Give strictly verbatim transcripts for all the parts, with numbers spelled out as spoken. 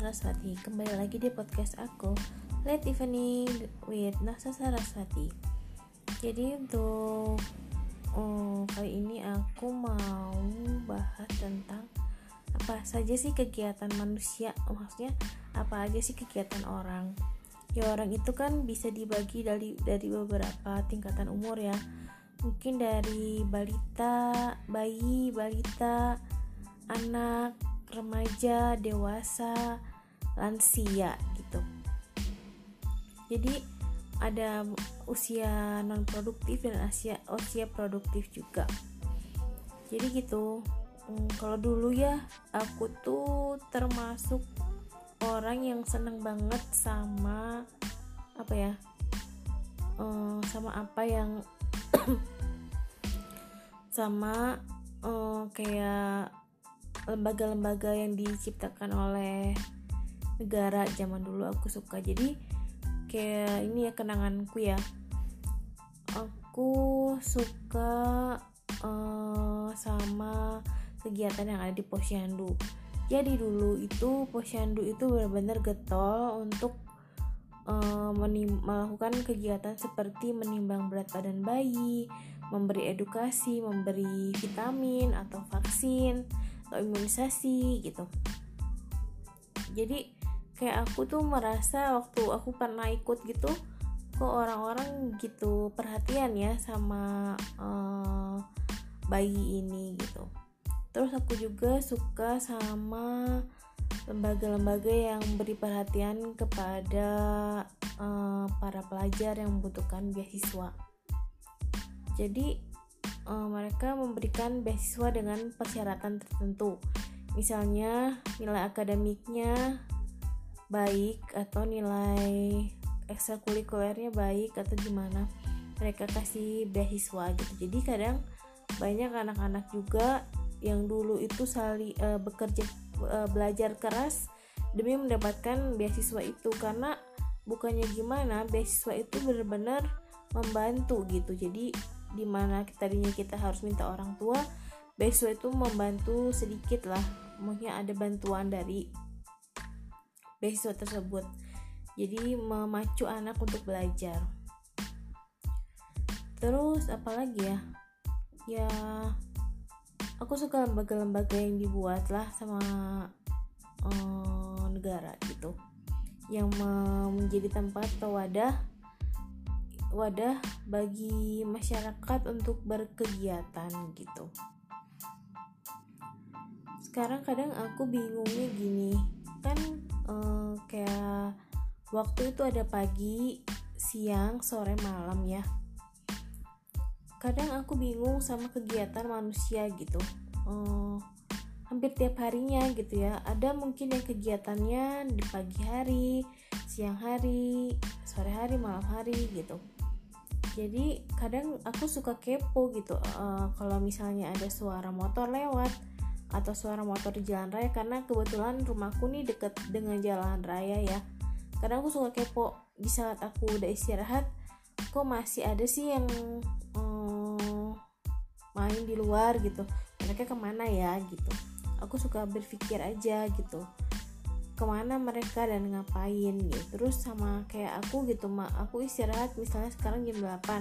Saraswati. Kembali lagi di podcast aku, Late Evening with Nasa Saraswati. Jadi untuk um, kali ini aku mau bahas tentang apa saja sih kegiatan manusia. Maksudnya apa aja sih kegiatan orang. Ya orang itu kan bisa dibagi dari dari beberapa tingkatan umur ya. Mungkin dari balita, bayi, balita, anak, remaja, dewasa, lansia gitu. Jadi ada usia non produktif dan usia usia produktif juga. Jadi gitu. Hmm, kalau dulu ya aku tuh termasuk orang yang seneng banget sama apa ya? Hmm, sama apa yang sama hmm, kayak lembaga-lembaga yang diciptakan oleh negara zaman dulu aku suka. Jadi kayak ini ya kenanganku ya, aku suka uh, sama kegiatan yang ada di Posyandu. Jadi dulu itu Posyandu itu benar-benar getol untuk uh, menim- melakukan kegiatan seperti menimbang berat badan bayi, memberi edukasi, memberi vitamin atau vaksin atau imunisasi gitu. Jadi kayak aku tuh merasa waktu aku pernah ikut gitu, kok orang-orang gitu perhatian ya sama uh, bayi ini gitu. Terus aku juga suka sama lembaga-lembaga yang beri perhatian kepada uh, para pelajar yang membutuhkan beasiswa. Jadi Uh, mereka memberikan beasiswa dengan persyaratan tertentu, misalnya nilai akademiknya baik atau nilai ekstrakurikulernya baik atau gimana, mereka kasih beasiswa gitu. Jadi kadang banyak anak-anak juga yang dulu itu sali, uh, bekerja uh, belajar keras demi mendapatkan beasiswa itu, karena bukannya gimana, beasiswa itu benar-benar membantu gitu. Jadi dimana tadinya kita harus minta orang tua, beasiswa itu membantu sedikit lah, mungkin ada bantuan dari beasiswa tersebut, jadi memacu anak untuk belajar. Terus apalagi ya ya aku suka lembaga-lembaga yang dibuat lah sama um, negara gitu, yang menjadi tempat atau wadah wadah bagi masyarakat untuk berkegiatan gitu. Sekarang kadang aku bingungnya gini, kan eh, kayak waktu itu ada pagi, siang, sore, malam ya. Kadang aku bingung sama kegiatan manusia gitu. Eh, hampir tiap harinya gitu ya. Ada mungkin yang kegiatannya di pagi hari, siang hari, sore hari, malam hari gitu. Jadi kadang aku suka kepo gitu, uh, kalau misalnya ada suara motor lewat atau suara motor di jalan raya, karena kebetulan rumahku nih deket dengan jalan raya ya. Kadang aku suka kepo, di saat aku udah istirahat, kok masih ada sih yang um, main di luar gitu, mereka kemana ya gitu. Aku suka berpikir aja gitu, kemana mereka dan ngapain gitu. Terus sama kayak aku gitu, mak aku istirahat misalnya sekarang jam delapan,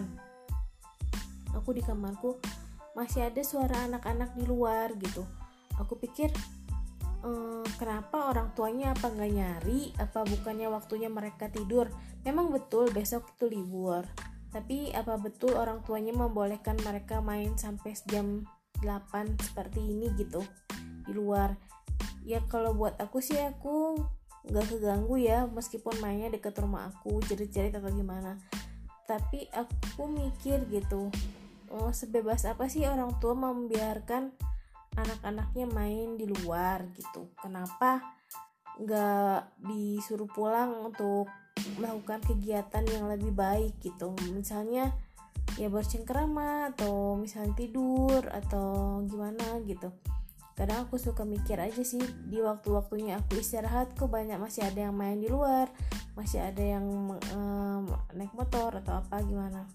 aku di kamarku masih ada suara anak-anak di luar gitu. Aku pikir ehm, kenapa orang tuanya apa nggak nyari, apa bukannya waktunya mereka tidur. Memang betul besok itu libur, tapi apa betul orang tuanya membolehkan mereka main sampai jam delapan seperti ini gitu di luar. Ya kalau buat aku sih, aku gak keganggu ya, meskipun mainnya deket rumah aku, jerit-jerit atau gimana. Tapi aku mikir gitu, oh, sebebas apa sih orang tua membiarkan anak-anaknya main di luar gitu. Kenapa gak disuruh pulang untuk melakukan kegiatan yang lebih baik gitu, misalnya ya bercengkrama atau misalnya tidur atau gimana gitu. Kadang aku suka mikir aja sih, di waktu-waktunya aku istirahat kok banyak masih ada yang main di luar, masih ada yang um, naik motor atau apa gimana.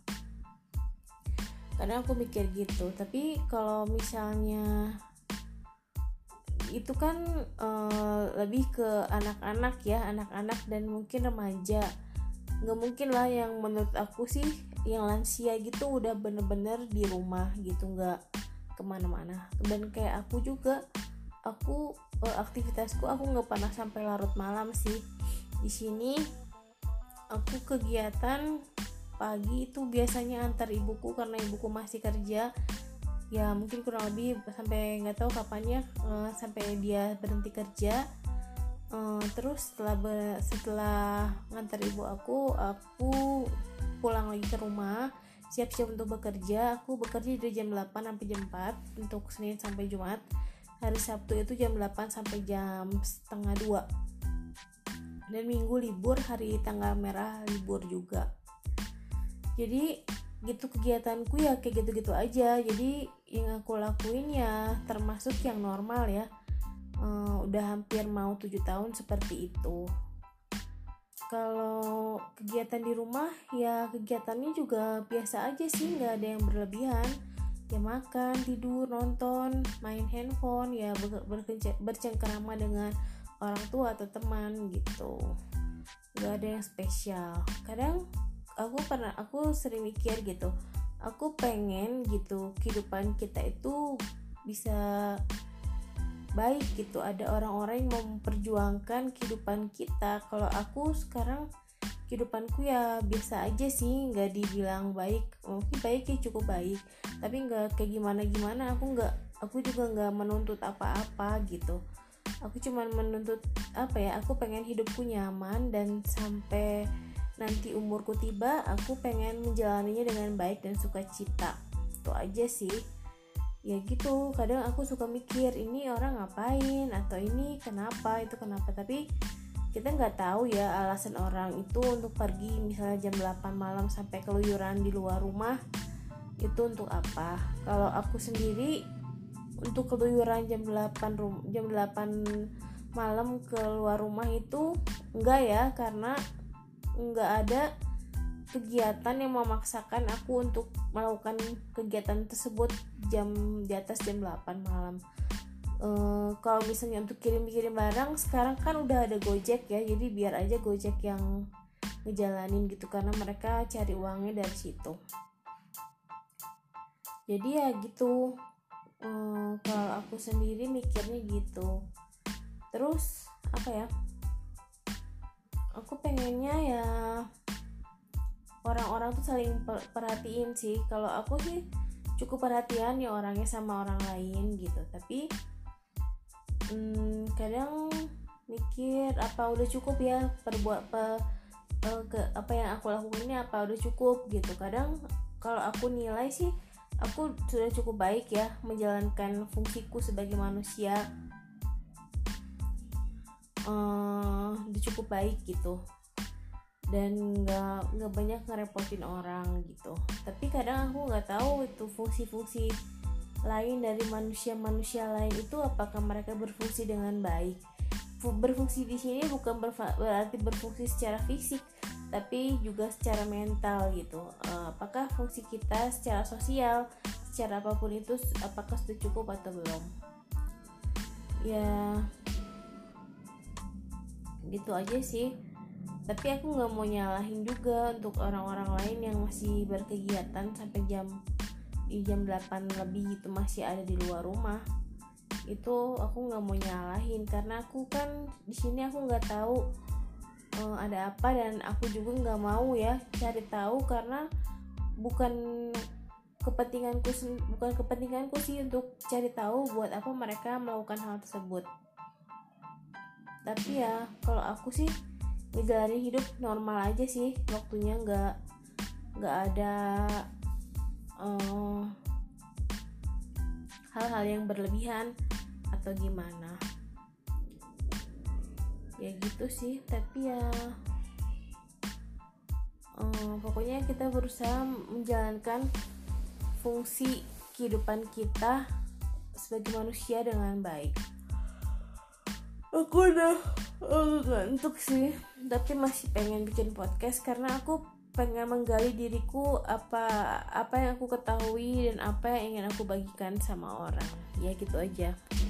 Kadang aku mikir gitu. Tapi kalau misalnya itu kan uh, lebih ke anak-anak ya, anak-anak dan mungkin remaja. Nggak mungkin lah yang menurut aku sih yang lansia gitu udah bener-bener di rumah gitu, nggak kemana-mana. Dan kayak aku juga, aku uh, aktivitasku aku nggak pernah sampai larut malam sih. Di sini aku kegiatan pagi itu biasanya antar ibuku karena ibuku masih kerja. Ya mungkin kurang lebih sampai nggak tahu kapannya uh, sampai dia berhenti kerja. Uh, terus setelah be- setelah ngantar ibu aku, aku pulang lagi ke rumah, siap-siap untuk bekerja. Aku bekerja dari jam delapan sampai jam empat untuk Senin sampai Jumat. Hari Sabtu itu jam delapan sampai jam setengah dua. Dan Minggu libur, hari tanggal merah libur juga. Jadi gitu kegiatanku ya kayak gitu-gitu aja. Jadi yang aku lakuin ya termasuk yang normal ya. Uh, udah hampir mau tujuh tahun seperti itu. Kalau kegiatan di rumah ya kegiatannya juga biasa aja sih, nggak ada yang berlebihan. Ya makan, tidur, nonton, main handphone, ya ber- berkenc- bercengkerama dengan orang tua atau teman gitu. Nggak ada yang spesial. Kadang aku pernah aku sering mikir gitu, aku pengen gitu kehidupan kita itu bisa baik gitu, ada orang-orang yang memperjuangkan kehidupan kita. Kalau aku sekarang kehidupanku ya biasa aja sih, nggak dibilang baik, mungkin baik ya cukup baik, tapi nggak kayak gimana-gimana. Aku nggak, aku juga nggak menuntut apa-apa gitu. Aku cuma menuntut apa ya, aku pengen hidupku nyaman dan sampai nanti umurku tiba, aku pengen menjalaninya dengan baik dan sukacita. Itu aja sih. Ya gitu, kadang aku suka mikir ini orang ngapain, atau ini kenapa, itu kenapa. Tapi kita nggak tahu ya alasan orang itu untuk pergi misalnya jam delapan malam sampai keluyuran di luar rumah itu untuk apa. Kalau aku sendiri untuk keluyuran jam delapan rum- jam delapan malam keluar rumah itu enggak ya, karena enggak ada kegiatan yang memaksakan aku untuk melakukan kegiatan tersebut jam di atas jam delapan malam. E, kalau misalnya untuk kirim-kirim barang sekarang kan udah ada Gojek ya, jadi biar aja Gojek yang ngejalanin gitu, karena mereka cari uangnya dari situ. Jadi ya gitu, e, kalau aku sendiri mikirnya gitu. Terus apa ya, aku pengennya ya orang-orang tuh saling perhatiin sih. Kalau aku sih cukup perhatian ya orangnya sama orang lain gitu, tapi hmm, kadang mikir apa udah cukup ya perbuat pe, pe, ke apa yang aku lakukan ini apa udah cukup gitu. Kadang kalau aku nilai sih aku sudah cukup baik ya menjalankan fungsiku sebagai manusia, uh, udah cukup baik gitu, dan nggak nggak banyak ngerepotin orang gitu. Tapi kadang aku nggak tahu itu fungsi-fungsi lain dari manusia-manusia lain itu apakah mereka berfungsi dengan baik. Berfungsi di sini bukan berfa- berarti berfungsi secara fisik, tapi juga secara mental gitu. Uh, apakah fungsi kita secara sosial, secara apapun itu, apakah sudah cukup atau belum? Ya, gitu aja sih. Tapi aku nggak mau nyalahin juga untuk orang-orang lain yang masih berkegiatan sampai jam di jam delapan lebih itu masih ada di luar rumah. Itu aku nggak mau nyalahin karena aku kan di sini aku nggak tahu uh, ada apa, dan aku juga nggak mau ya cari tahu karena bukan kepentinganku bukan kepentinganku sih untuk cari tahu buat apa mereka melakukan hal tersebut. Tapi ya kalau aku sih ngejalanin hidup normal aja sih, waktunya nggak nggak ada uh, hal-hal yang berlebihan atau gimana ya gitu sih. Tapi ya uh, pokoknya kita berusaha menjalankan fungsi kehidupan kita sebagai manusia dengan baik. Aku udah uh, ngantuk sih, tapi masih pengen bikin podcast karena aku pengen menggali diriku, apa apa yang aku ketahui dan apa yang ingin aku bagikan sama orang. Ya gitu aja.